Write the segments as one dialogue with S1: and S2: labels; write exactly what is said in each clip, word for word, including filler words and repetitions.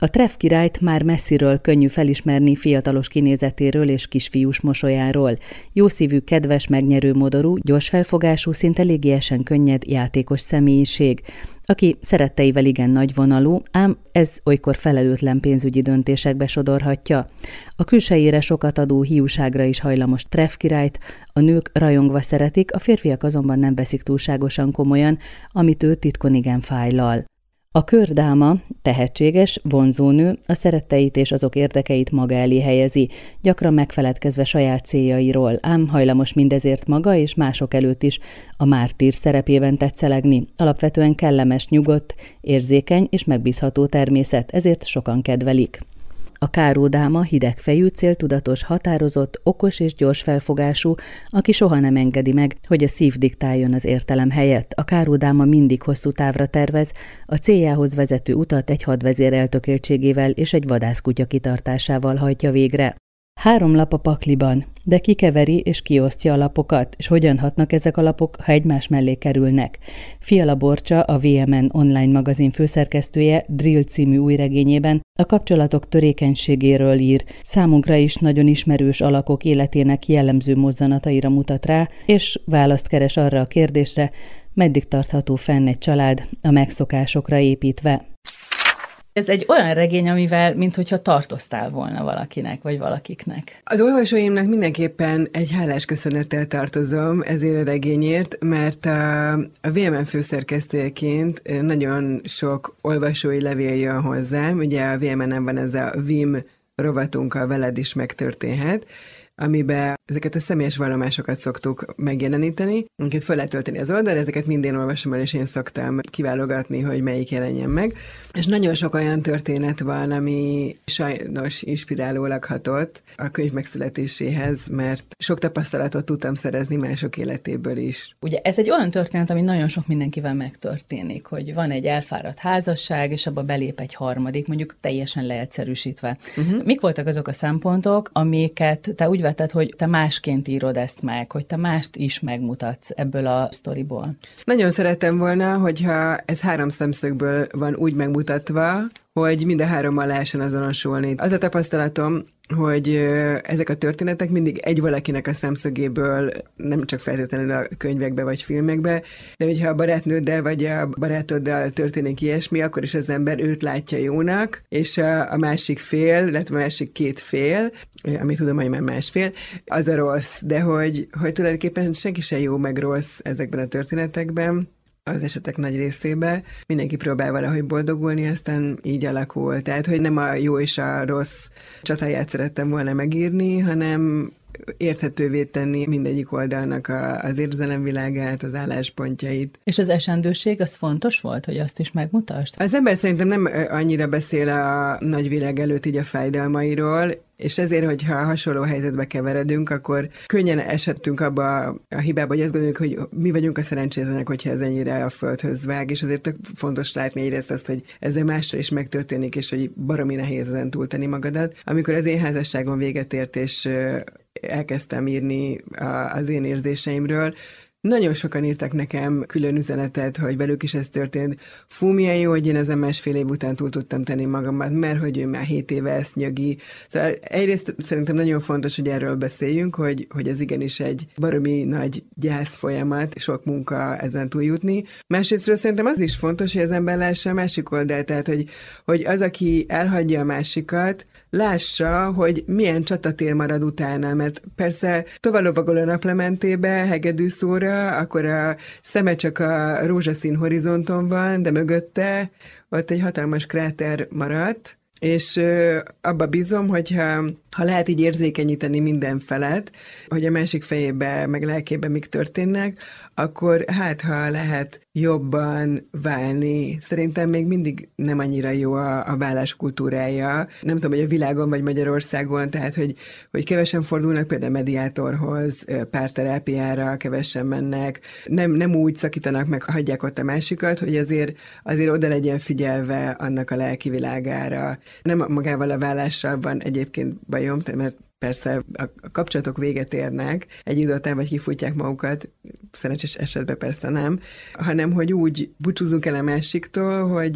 S1: A Treff királyt már messziről könnyű felismerni fiatalos kinézetéről és kisfiús mosolyáról. Jószívű, kedves, megnyerő modorú, gyors felfogású, szinte légiesen könnyed, játékos személyiség, aki szeretteivel igen nagyvonalú, ám ez olykor felelőtlen pénzügyi döntésekbe sodorhatja. A külsejére sokat adó hiúságra is hajlamos Treff királyt a nők rajongva szeretik, a férfiak azonban nem veszik túlságosan komolyan, amit ő titkon igen fájlal. A kördáma tehetséges, vonzó nő, a szeretteit és azok érdekeit maga elé helyezi, gyakran megfeledkezve saját céljairól, ám hajlamos mindezért maga és mások előtt is a mártír szerepében tetszelegni. Alapvetően kellemes, nyugodt, érzékeny és megbízható természet, ezért sokan kedvelik. A káródáma hidegfejű, céltudatos, határozott, okos és gyors felfogású, aki soha nem engedi meg, hogy a szív diktáljon az értelem helyett. A káródáma mindig hosszú távra tervez, a céljához vezető utat egy hadvezér eltökéltségével és egy vadászkutya kitartásával hajtja végre. Három lap a pakliban, de kikeveri és kiosztja a lapokat, és hogyan hatnak ezek a lapok, ha egymás mellé kerülnek. Fiala Borcsa, a vé em en online magazin főszerkesztője Drill című új regényében a kapcsolatok törékenységéről ír, számunkra is nagyon ismerős alakok életének jellemző mozzanataira mutat rá, és választ keres arra a kérdésre, meddig tartható fenn egy család a megszokásokra építve. Ez egy olyan regény, amivel, minthogyha tartoztál volna valakinek, vagy valakiknek.
S2: Az olvasóimnak mindenképpen egy hálás köszönettel tartozom ezért a regényért, mert a, a vé em en főszerkesztőjeként nagyon sok olvasói levél jön hozzám. Ugye a vé em en-en van ez a Vim rovatunkkal veled is megtörténhet, amiben ezeket a személyes vallomásokat szoktuk megjeleníteni, amiket fel lehet tölteni az oldalra, ezeket minden olvasom el, és én szoktam kiválogatni, hogy melyik jelenjen meg. És nagyon sok olyan történet van, ami sajnos inspirálólag hatott a könyv megszületéséhez, mert sok tapasztalatot tudtam szerezni mások életéből is.
S1: Ugye ez egy olyan történet, ami nagyon sok mindenkivel megtörténik, hogy van egy elfáradt házasság, és abba belép egy harmadik, mondjuk teljesen leegyszerűsítve. Uh-huh. Mik voltak azok a szempontok, amiket te úgy vetted, hogy te másként írod ezt meg, hogy te mást is megmutatsz ebből a sztoriból? Nagyon
S2: szerettem volna, hogyha ez három szemszögből van úgy megmutatva, hogy mind a hárommal lehessen azonosulni. Az a tapasztalatom, hogy ezek a történetek mindig egy valakinek a szemszögéből, nem csak feltétlenül a könyvekbe vagy filmekbe, de hogyha a barátnőddel vagy a barátoddal történik ilyesmi, akkor is az ember őt látja jónak, és a, a másik fél, illetve a másik két fél, ami tudom, hogy már másfél, az a rossz, de hogy, hogy tulajdonképpen senki sem jó meg rossz ezekben a történetekben, az esetek nagy részében. Mindenki próbál valahogy boldogulni, aztán így alakul. Tehát, hogy nem a jó és a rossz csatáját szerettem volna megírni, hanem érthetővé tenni mindegyik oldalnak a, az érzelemvilágát, az álláspontjait.
S1: És az esendőség, az fontos volt, hogy azt is megmutasd?
S2: Az ember szerintem nem annyira beszél a nagyvilág előtt így a fájdalmairól, és ezért, hogyha hasonló helyzetbe keveredünk, akkor könnyen esettünk abba a hibába, hogy azt gondoljuk, hogy mi vagyunk a szerencsétlenek, hogyha ez ennyire a földhöz vág, és azért tök fontos látni egyrészt azt, hogy ezzel másra is megtörténik, és hogy baromi nehéz ezen túltenni magadat. Amikor az én házasságom véget ért, és elkezdtem írni az én érzéseimről, nagyon sokan írtak nekem külön üzenetet, hogy velük is ez történt. Fú, milyen jó, hogy én ezen másfél év után túl tudtam tenni magamat, mert hogy ő már hét éve ezt nyögi. Szóval egyrészt szerintem nagyon fontos, hogy erről beszéljünk, hogy, hogy ez igenis egy baromi nagy gyász folyamat, sok munka ezen túljutni. Másrésztről szerintem az is fontos, hogy az ember lássa a másik oldalt, tehát hogy, hogy az, aki elhagyja a másikat, lássa, hogy milyen csatatér marad utána, mert persze tovalovagol a naplementébe, hegedűszóra, akkor a szeme csak a rózsaszín horizonton van, de mögötte ott egy hatalmas kráter maradt, és ö, abba bízom, hogyha ha lehet így érzékenyíteni minden felet, hogy a másik fejébe, meg lelkébe mik történnek, akkor hát, ha lehet jobban válni. Szerintem még mindig nem annyira jó a, a válás kultúrája. Nem tudom, hogy a világon vagy Magyarországon, tehát, hogy, hogy kevesen fordulnak például mediátorhoz, párterápiára, kevesen mennek, nem, nem úgy szakítanak meg, hagyják ott a másikat, hogy azért, azért oda legyen figyelve annak a lelki világára. Nem magával a válással van egyébként bajom, mert persze a kapcsolatok véget érnek, egy idő után vagy kifutják magukat, szerencsés esetben persze nem, hanem hogy úgy búcsúzunk el a másiktól, hogy,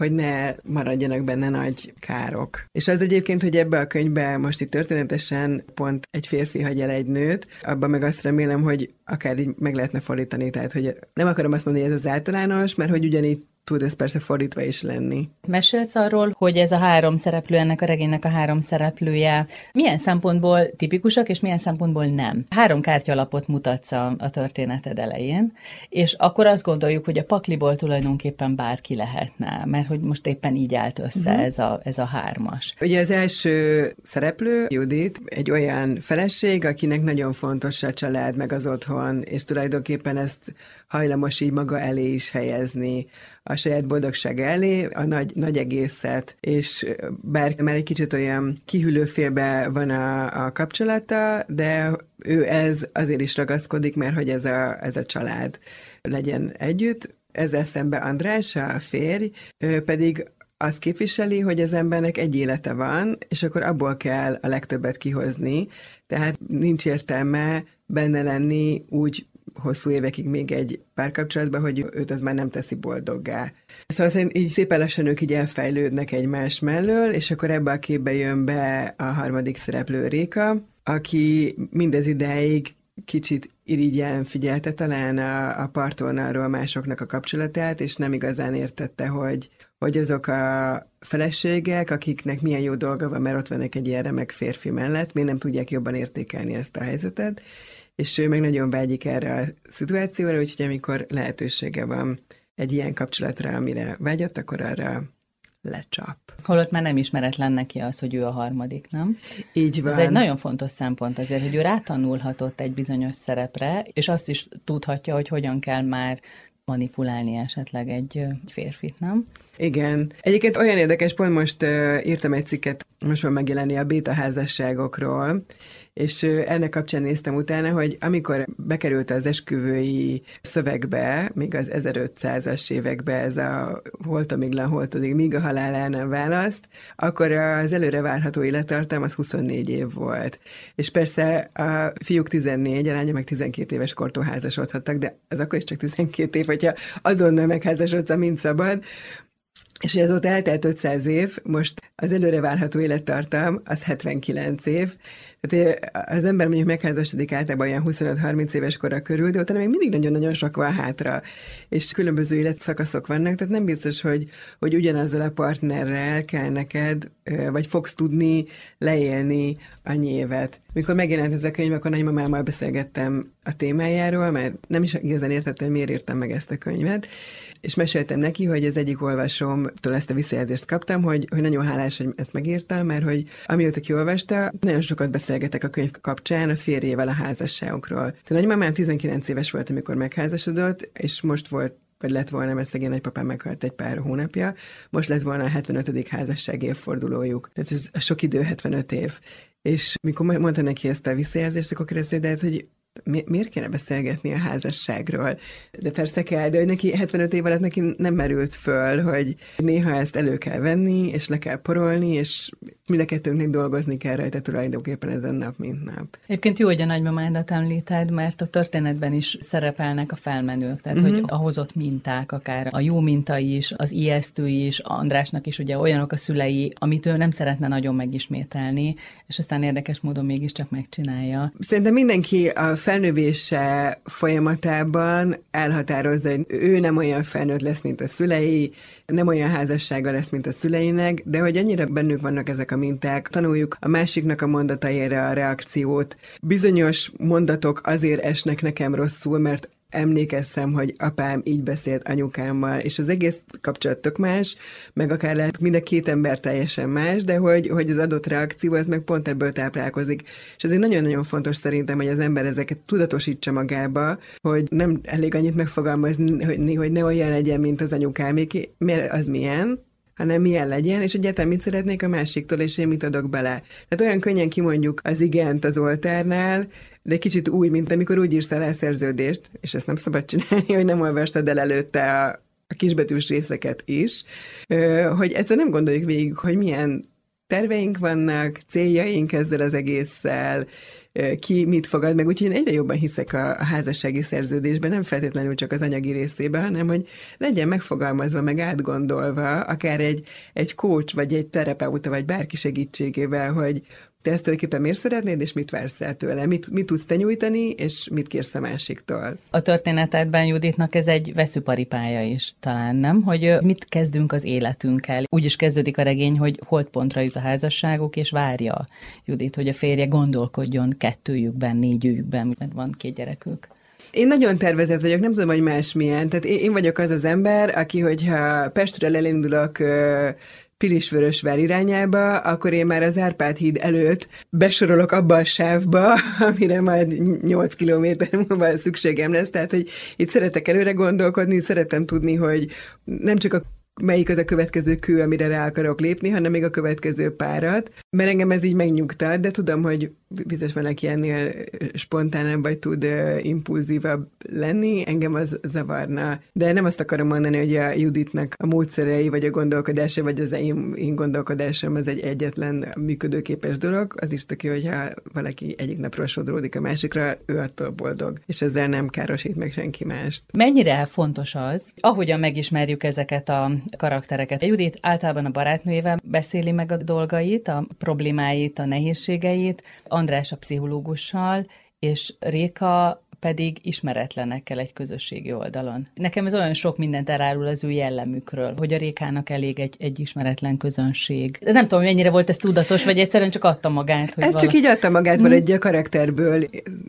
S2: hogy ne maradjanak benne nagy károk. És az egyébként, hogy ebbe a könyvbe most itt történetesen pont egy férfi hagy el egy nőt, abban meg azt remélem, hogy akár így meg lehetne fordítani, tehát hogy nem akarom azt mondani, hogy ez az általános, mert hogy ugyanígy tud ez persze fordítva is lenni.
S1: Mesélsz arról, hogy ez a három szereplő, ennek a regénynek a három szereplője milyen szempontból tipikusak, és milyen szempontból nem. Három kártyalapot mutatsz a, a történeted elején, és akkor azt gondoljuk, hogy a pakliból tulajdonképpen bárki lehetne, mert hogy most éppen így állt össze uh-huh. ez, a, ez a hármas.
S2: Ugye az első szereplő, Judit, egy olyan feleség, akinek nagyon fontos a család, meg az otthon, és tulajdonképpen ezt hajlamos így maga elé is helyezni, a saját boldogság elé, a nagy, nagy egészet, és bár már egy kicsit olyan kihűlőfélbe van a, a kapcsolata, de ő ez azért is ragaszkodik, mert hogy ez a, ez a család legyen együtt. Ezzel szemben András, a férj, ő pedig azt képviseli, hogy az embernek egy élete van, és akkor abból kell a legtöbbet kihozni, tehát nincs értelme benne lenni úgy hosszú évekig még egy párkapcsolatban, hogy őt az már nem teszi boldoggá. Szóval szerintem így szépen lassan ők így elfejlődnek egymás mellől, és akkor ebbe a képbe jön be a harmadik szereplő, Réka, aki mindez idáig kicsit irigyen figyelte talán a, a partvonalról másoknak a kapcsolatát, és nem igazán értette, hogy, hogy azok a feleségek, akiknek milyen jó dolga van, mert ott vannak egy ilyen remek férfi mellett, miért nem tudják jobban értékelni ezt a helyzetet, és ő meg nagyon vágyik erre a szituációra, úgyhogy amikor lehetősége van egy ilyen kapcsolatra, amire vágyott, akkor arra lecsap.
S1: Holott már nem ismeretlen neki az, hogy ő a harmadik, nem?
S2: Így van.
S1: Ez egy nagyon fontos szempont azért, hogy ő rátanulhatott egy bizonyos szerepre, és azt is tudhatja, hogy hogyan kell már manipulálni esetleg egy férfit, nem?
S2: Igen. Egyébként olyan érdekes, pont most uh, írtam egy cikket, most van megjelenni a béta házasságokról, és ennek kapcsán néztem utána, hogy amikor bekerült az esküvői szövegbe, még az ezerötszázas évekbe ez a holtomiglan holtodig, míg a halál el nem választ, akkor az előre várható élettartam az huszonnégy év volt. És persze a fiúk tizennégy, a lánya meg tizenkét éves kortól házasodhattak, de az akkor is csak tizenkét év, hogyha azonnal megházasodsz, amint szabad. És hogy azóta eltelt ötszáz év, most az előre várható élettartam az hetvenkilenc év. Tehát az ember mondjuk megházasodik általában olyan huszonöt-harminc éves korra körül, de utána még mindig nagyon-nagyon sok van hátra. És különböző életszakaszok vannak, tehát nem biztos, hogy, hogy ugyanazzal a partnerrel kell neked, vagy fogsz tudni leélni annyi évet. Mikor megjelent ez a könyv, akkor nagymamámmal beszélgettem a témájáról, mert nem is igazán értettem, hogy miért írtam meg ezt a könyvet, és meséltem neki, hogy az egyik olvasómtól ezt a visszajelzést kaptam, hogy, hogy nagyon hálás, hogy ezt megírtam, mert hogy amióta kiolvasta, nagyon sokat beszélgetek a könyv kapcsán a férjével a házasságokról. Tehát nagymamám tizenkilenc éves volt, amikor megházasodott, és most volt, vagy lett volna, mert szegény nagypapám meghalt egy pár hónapja, most lett volna a hetvenötödik házasság évfordulójuk. Tehát ez sok idő, hetvenöt év. És mikor mondta neki ezt a visszajelzést, akkor kérdezte, de hát, hogy Mi, miért kéne beszélgetni a házasságról? De persze kell, de hogy neki hetvenöt év alatt neki nem merült föl, hogy néha ezt elő kell venni, és le kell porolni, és mind a kettőnknek dolgozni kell rajta tulajdonképpen ezen nap, mint nap.
S1: Egyébként jó, hogy a nagymamádat említed, mert a történetben is szerepelnek a felmenők, tehát uh-huh. hogy a hozott minták, akár a jó minta is, az ijesztő is, Andrásnak is ugye olyanok a szülei, amit ő nem szeretne nagyon megismételni, és aztán érdekes módon mégiscsak megcsinálja.
S2: Szerintem mindenki a felnővése folyamatában elhatározza, hogy ő nem olyan felnőtt lesz, mint a szülei, nem olyan házassága lesz, mint a szüleinek, de hogy annyira bennük vannak ezek a minták, tanuljuk a másiknak a mondataira a reakciót. Bizonyos mondatok azért esnek nekem rosszul, mert emlékeztem, hogy apám így beszélt anyukámmal, és az egész kapcsolat tök más, meg akár lehet mind a két ember teljesen más, de hogy, hogy az adott reakció, az meg pont ebből táplálkozik. És azért nagyon-nagyon fontos szerintem, hogy az ember ezeket tudatosítsa magába, hogy nem elég annyit megfogalmazni, hogy, hogy ne olyan legyen, mint az anyukámék, mert az milyen, hanem milyen legyen, és egyáltalán mit szeretnék a másiktól, és én mit adok bele. Tehát olyan könnyen kimondjuk az igent az oltárnál, de kicsit új, mint amikor úgy írsz alá szerződést, és ezt nem szabad csinálni, hogy nem olvastad el előtte a, a kisbetűs részeket is, hogy egyszer nem gondoljuk végig, hogy milyen terveink vannak, céljaink ezzel az egésszel, ki mit fogad meg, úgyhogy én egyre jobban hiszek a, a házassági szerződésben, nem feltétlenül csak az anyagi részében, hanem hogy legyen megfogalmazva, meg átgondolva, akár egy, egy coach, vagy egy terapeuta, vagy bárki segítségével, hogy te ezt tulajdonképpen miért szeretnéd, és mit vársz el tőle? Mit, mit tudsz te nyújtani, és mit kérsz a másiktól?
S1: A történetedben Juditnak ez egy veszőparipája is talán, nem? Hogy mit kezdünk az életünkkel. Úgy is kezdődik a regény, hogy holdpontra jut a házasságuk, és várja Judit, hogy a férje gondolkodjon kettőjükben, négyükben, mert van két gyerekük.
S2: Én nagyon tervezett vagyok, nem tudom, hogy másmilyen. Tehát én vagyok az az ember, aki, hogyha Pestről elindulok Pilisvörösvár irányába, akkor én már az Árpád híd előtt besorolok abba a sávba, amire majd nyolc kilométer múlva szükségem lesz. Tehát, hogy itt szeretek előre gondolkodni, szeretem tudni, hogy nem csak a melyik az a következő kő, amire rá akarok lépni, hanem még a következő párat, mert engem ez így megnyugtat, de tudom, hogy biztos van, aki ennél spontánabb, vagy tud uh, impulzívabb lenni, engem az zavarna. De nem azt akarom mondani, hogy a Juditnak a módszerei, vagy a gondolkodása, vagy az én, én gondolkodásom az egy egyetlen működőképes dolog. Az is tök jó, hogyha valaki egyik napról sodródik a másikra, ő attól boldog, és ezzel nem károsít meg senki mást.
S1: Mennyire fontos az, ahogyan megismerjük ezeket a karaktereket. Judit általában a barátnőjével beszéli meg a dolgait, a problémáit, a nehézségeit, András a pszichológussal, és Réka pedig ismeretlenekkel egy közösségi oldalon. Nekem ez olyan sok mindent elárul az ő jellemükről, hogy a Rékának elég egy, egy ismeretlen közönség. De nem tudom, mennyire volt ez tudatos, vagy egyszerűen csak adta magát. Hogy
S2: ez
S1: vala...
S2: csak így adta magát hmm. valahogy a karakterből.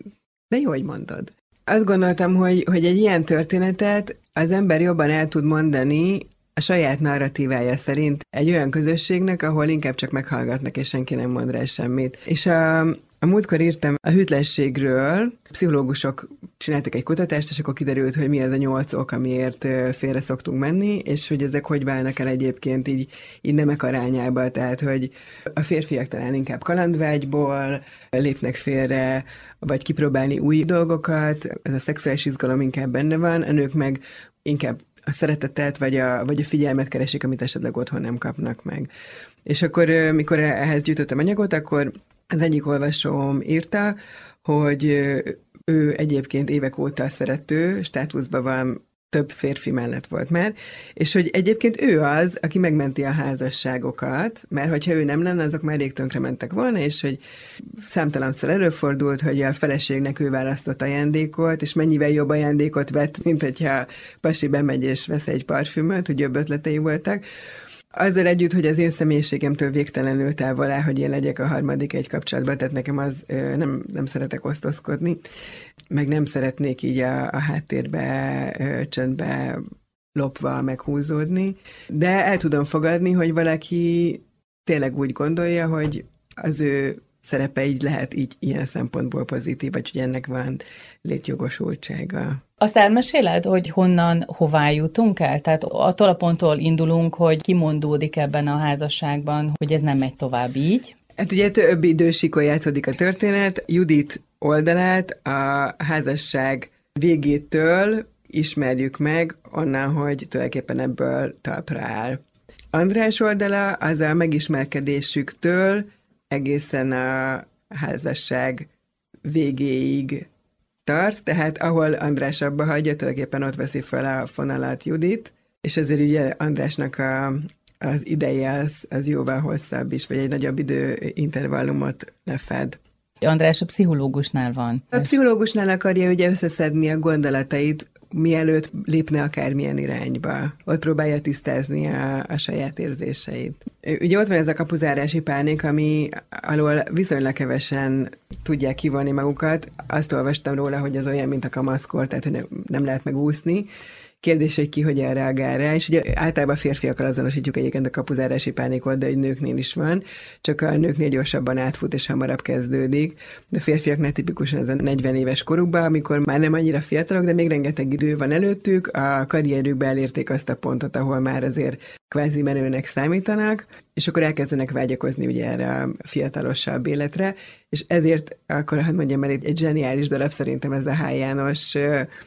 S2: De jó, hogy mondod. Azt gondoltam, hogy, hogy egy ilyen történetet az ember jobban el tud mondani a saját narratívája szerint egy olyan közösségnek, ahol inkább csak meghallgatnak, és senki nem mond rá semmit. És a, a múltkor írtam a hűtlenségről, pszichológusok csináltak egy kutatást, és akkor kiderült, hogy mi az a nyolc ok, amiért félre szoktunk menni, és hogy ezek hogy válnak el egyébként így, így nemek arányába, tehát hogy a férfiak talán inkább kalandvágyból lépnek félre, vagy kipróbálni új dolgokat, ez a szexuális izgalom inkább benne van, a nők meg inkább a szeretetet, vagy a, vagy a figyelmet keresik, amit esetleg otthon nem kapnak meg. És akkor, mikor ehhez gyűjtöttem anyagot, akkor az egyik olvasóm írta, hogy ő egyébként évek óta szerető státuszban van, több férfi mellett volt már, és hogy egyébként ő az, aki megmenti a házasságokat, mert hogyha ő nem lenne, azok már rég tönkre mentek volna, és hogy számtalanszor előfordult, hogy a feleségnek ő választott ajándékot, és mennyivel jobb ajándékot vett, mint hogyha pasi bemegy és vesz egy parfümöt, hogy jobb ötletei voltak. Azzal együtt, hogy az én személyiségemtől végtelenül távol áll, hogy én legyek a harmadik egy kapcsolatban, tehát nekem az nem, nem szeretek osztozkodni, meg nem szeretnék így a, a háttérbe, csöndbe lopva meghúzódni, de el tudom fogadni, hogy valaki tényleg úgy gondolja, hogy az ő szerepe így lehet így ilyen szempontból pozitív, vagy hogy ennek van létjogosultsága.
S1: Azt elmeséled, hogy honnan, hová jutunk el? Tehát attól a ponttól indulunk, hogy kimondódik ebben a házasságban, hogy ez nem megy tovább így.
S2: Hát ugye több idősíkon játszódik a történet. Judit oldalát a házasság végétől ismerjük meg, onnan, hogy tulajdonképpen ebből talpra áll. András oldala az a megismerkedésüktől egészen a házasság végéig tart, tehát ahol András abba hagyja, tulajdonképpen ott veszi fel a fonalat Judit, és ezért ugye Andrásnak a, az ideje az, az jóval hosszabb is, vagy egy nagyobb időintervallumot lefed.
S1: András a pszichológusnál van.
S2: A pszichológusnál akarja ugye összeszedni a gondolatait, mielőtt lépne akármilyen irányba. Ott próbálja tisztázni a, a saját érzéseit. Ugye ott van ez a kapuzárási pánik, ami alól viszonylag kevesen tudják kivonni magukat. Azt olvastam róla, hogy ez olyan, mint a kamaszkor, tehát hogy nem, nem lehet megúszni. Kérdés, hogy ki hogyan reagál rá, és ugye általában férfiakkal azonosítjuk egyébként a kapuzárási pánikot, de egy nőknél is van, csak a nőknél gyorsabban átfut és hamarabb kezdődik. De a férfiaknál tipikusan ez a negyven éves korukban, amikor már nem annyira fiatalok, de még rengeteg idő van előttük, a karrierükben elérték azt a pontot, ahol már azért kvázi menőnek számítanak, és akkor elkezdenek vágyakozni ugye erre a fiatalosabb életre, és ezért akkor, hát mondjam, mert egy, egy zseniális darab szerintem ez a H. János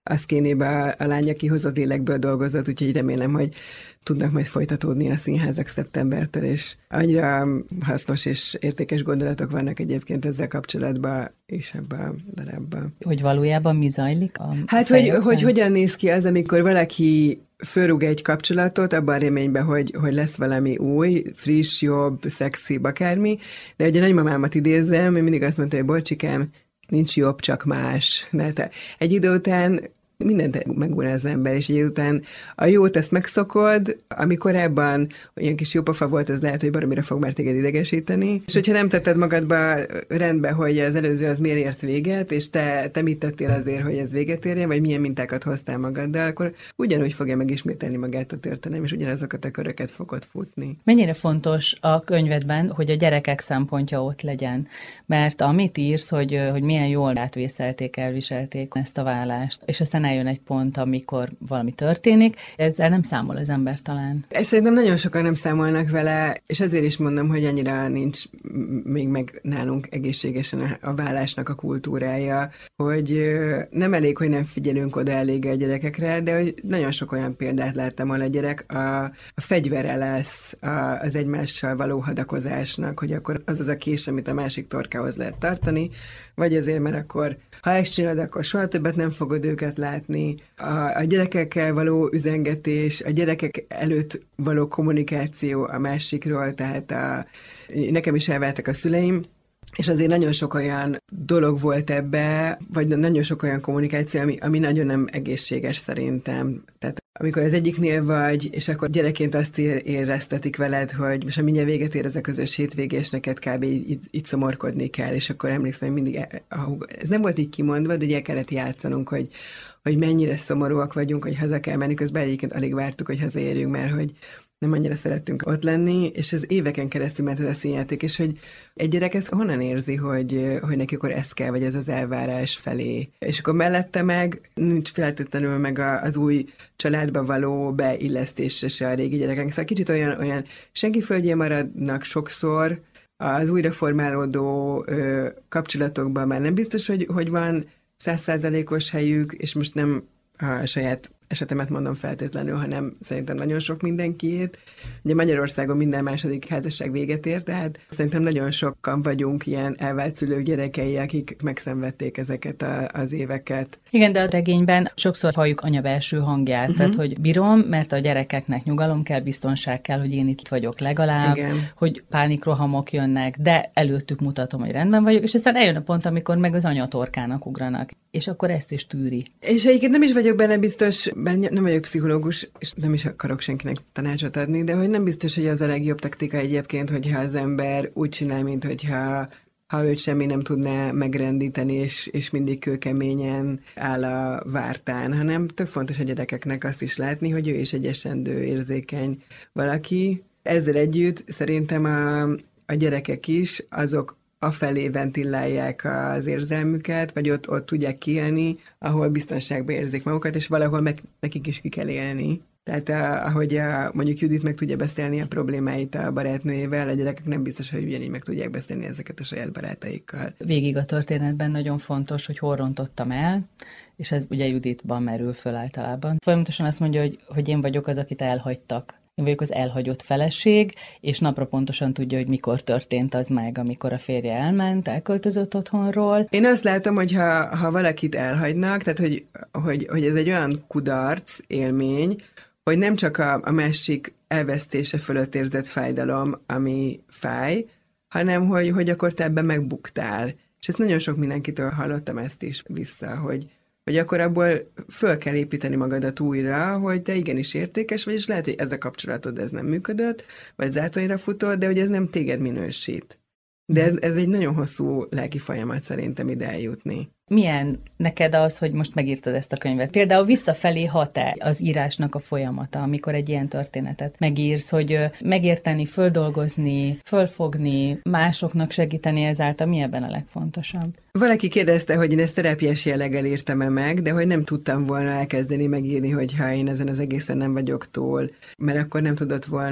S2: a szkénébe a, a lány, aki hozott lélekből dolgozott, úgyhogy remélem, hogy tudnak majd folytatódni a színházak szeptembertől, és annyira hasznos és értékes gondolatok vannak egyébként ezzel kapcsolatban, és ebben a darabban.
S1: Hogy valójában mi zajlik? A
S2: hát, hogy, hogy hogyan néz ki az, amikor valaki fölrúg egy kapcsolatot, abban a reményben, hogy, hogy lesz valami új, friss, jobb, szexibb, akármi, de hogy a nagymamámat idézem, én mindig azt mondta, hogy Bolcsikám, nincs jobb, csak más. De egy idő után mindent megúr az ember, és egy idő után a jót ezt megszokod, ami korábban olyan kis jópofa volt, az lehet, hogy baromira fog már téged idegesíteni. És hogyha nem tetted magadba rendbe, hogy az előző az miért ért véget, és te, te mit tettél azért, hogy ez véget érjen, vagy milyen mintákat hoztál magaddal, akkor ugyanúgy fogja megismételni magát a történelem, és ugyanazokat a köröket fogod futni.
S1: Mennyire fontos a könyvedben, hogy a gyerekek szempontja ott legyen? Mert amit írsz, hogy, hogy milyen jól átvészelték, elviselték ezt a vállást, és aztán eljön egy pont, amikor valami történik, ezzel nem számol az ember talán.
S2: Ezt szerintem nagyon sokan nem számolnak vele, és ezért is mondom, hogy annyira nincs még meg nálunk egészségesen a vállásnak a kultúrája, hogy nem elég, hogy nem figyelünk oda elég a gyerekekre, de hogy nagyon sok olyan példát láttam, ahol a gyerek a, a fegyvere lesz a, az egymással való hadakozásnak, hogy akkor az az a kés, amit a másik torkához lehet tartani, vagy azért, mert akkor ha ezt csinálod, akkor soha többet nem fogod őket látni. A, a gyerekekkel való üzengetés, a gyerekek előtt való kommunikáció a másikról, tehát a, nekem is elváltak a szüleim, és azért nagyon sok olyan dolog volt ebbe, vagy nagyon sok olyan kommunikáció, ami, ami nagyon nem egészséges szerintem. Tehát amikor az egyiknél vagy, és akkor gyerekként azt éreztetik veled, hogy most mindjárt véget ér ez a közös hétvégé, és neked kb. Így, így szomorkodni kell, és akkor emlékszem, hogy mindig, ez nem volt így kimondva, de ugye el kellett játszanunk, hogy, hogy mennyire szomorúak vagyunk, hogy haza kell menni, közben egyébként alig vártuk, hogy hazaérjünk, mert hogy nem annyira szerettünk ott lenni, és ez éveken keresztül ment ez a színjáték, és hogy egy gyerek ezt honnan érzi, hogy, hogy neki akkor ez kell, vagy ez az elvárás felé. És akkor mellette meg nincs feltétlenül meg az új családba való beillesztése se a régi gyerekek. Szóval kicsit olyan, olyan senki földjén maradnak sokszor, az újraformálódó ö, kapcsolatokban már nem biztos, hogy, hogy van száz százalékos helyük, és most nem a saját esetemet mondom feltétlenül, hanem szerintem nagyon sok mindenkiét. Ugye Magyarországon minden második házasság véget ér, tehát szerintem nagyon sokan vagyunk ilyen elvált szülők gyerekei, akik megszenvedték ezeket a, az éveket.
S1: Igen, de a regényben sokszor halljuk anya belső hangját, uh-huh. tehát hogy bírom, mert a gyerekeknek nyugalom kell, biztonság kell, hogy én itt vagyok legalább, igen. hogy pánikrohamok jönnek, de előttük mutatom, hogy rendben vagyok, és aztán eljön a pont, amikor meg az anya torkának ugranak, és akkor ezt is tűri.
S2: És egyébként nem is vagyok benne biztos, mert nem vagyok pszichológus, és nem is akarok senkinek tanácsot adni, de hogy nem biztos, hogy az a legjobb taktika egyébként, hogyha az ember úgy csinál, mint hogyha ha őt semmi nem tudná megrendíteni, és, és mindig kőkeményen áll a vártán, hanem tök fontos a gyerekeknek azt is látni, hogy ő is egy esendő, érzékeny valaki. Ezzel együtt szerintem a, a gyerekek is, azok afelé ventilálják az érzelmüket, vagy ott, ott tudják kiélni, ahol biztonságban érzik magukat, és valahol meg nekik is ki kell élni. Tehát a, ahogy a, mondjuk Judit meg tudja beszélni a problémáit a barátnőjével, a gyerekek nem biztos, hogy ugyanígy meg tudják beszélni ezeket a saját barátaikkal.
S1: Végig a történetben nagyon fontos, hogy hol rontottam el, és ez ugye Juditban merül föl általában. Folyamatosan azt mondja, hogy, hogy én vagyok az, akit elhagytak. Én vagyok az elhagyott feleség, és napra pontosan tudja, hogy mikor történt az meg, amikor a férje elment, elköltözött otthonról.
S2: Én azt látom, hogy ha, ha valakit elhagynak, tehát hogy, hogy, hogy ez egy olyan kudarc élmény, hogy nem csak a, a másik elvesztése fölött érzett fájdalom, ami fáj, hanem hogy, hogy akkor te ebben megbuktál. És ezt nagyon sok mindenkitől hallottam ezt is vissza, hogy hogy akkor abból föl kell építeni magadat újra, hogy te igenis értékes vagy, és lehet, hogy ez a kapcsolatod ez nem működött, vagy zátonyra futott, de hogy ez nem téged minősít. De ez, ez egy nagyon hosszú lelki folyamat szerintem ide eljutni.
S1: Milyen neked az, hogy most megírtad ezt a könyvet? Például visszafelé hat-e az írásnak a folyamata, amikor egy ilyen történetet megírsz, hogy megérteni, földolgozni, fölfogni, másoknak segíteni ezáltal, mi ebben a legfontosabb?
S2: Valaki kérdezte, hogy én ezt terápiás jelleggel írtam-e meg, de hogy nem tudtam volna elkezdeni megírni, hogyha én ezen az egészen nem vagyok túl, mert akkor nem tudott volna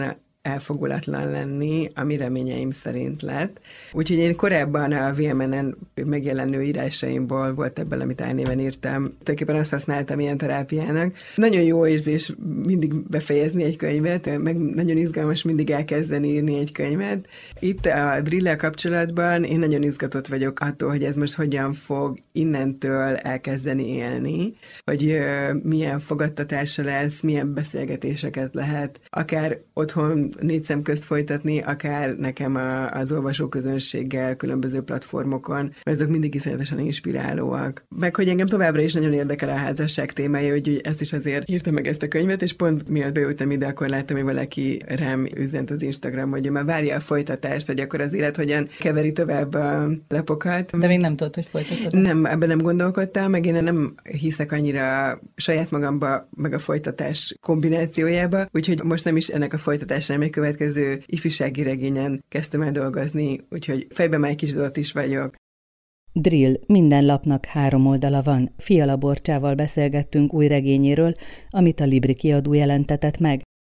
S2: elfogulatlan lenni, ami reményeim szerint lett. Úgyhogy én korábban a vé em en-en megjelenő írásaimból volt ebből, amit álnéven írtam. Tulajdonképpen azt használtam ilyen terápiának. Nagyon jó érzés mindig befejezni egy könyvet, meg nagyon izgalmas mindig elkezdeni írni egy könyvet. Itt a drill-el kapcsolatban én nagyon izgatott vagyok attól, hogy ez most hogyan fog innentől elkezdeni élni, hogy milyen fogadtatása lesz, milyen beszélgetéseket lehet, akár otthon négy szem közt folytatni, akár nekem a, az olvasóközönséggel különböző platformokon, mert azok mindig iszonyatosan inspirálóak. Meg hogy engem továbbra is nagyon érdekel a házasság témája, hogy ezt is azért írtam meg ezt a könyvet, és pont miatt beültem ide, akkor láttam, hogy valaki rám üzent az Instagram, hogy már várja a folytatást, hogy akkor az élet hogyan keveri tovább a lapokat.
S3: De még nem tudod, hogy folytatod?
S2: Nem, ebben nem gondolkodtam, meg én nem hiszek annyira saját magamba, meg a folytatás kombinációjába, úgyhogy most nem is ennek a folytatásra, hanem egy következő ifjúsági regényen kezdtem el dolgozni, úgyhogy fejben már egy kis dolgot is vagyok.
S1: Drill, minden lapnak három oldala van. Fiala Borcsával beszélgettünk új regényéről, amit a Libri kiadó jelentetett meg.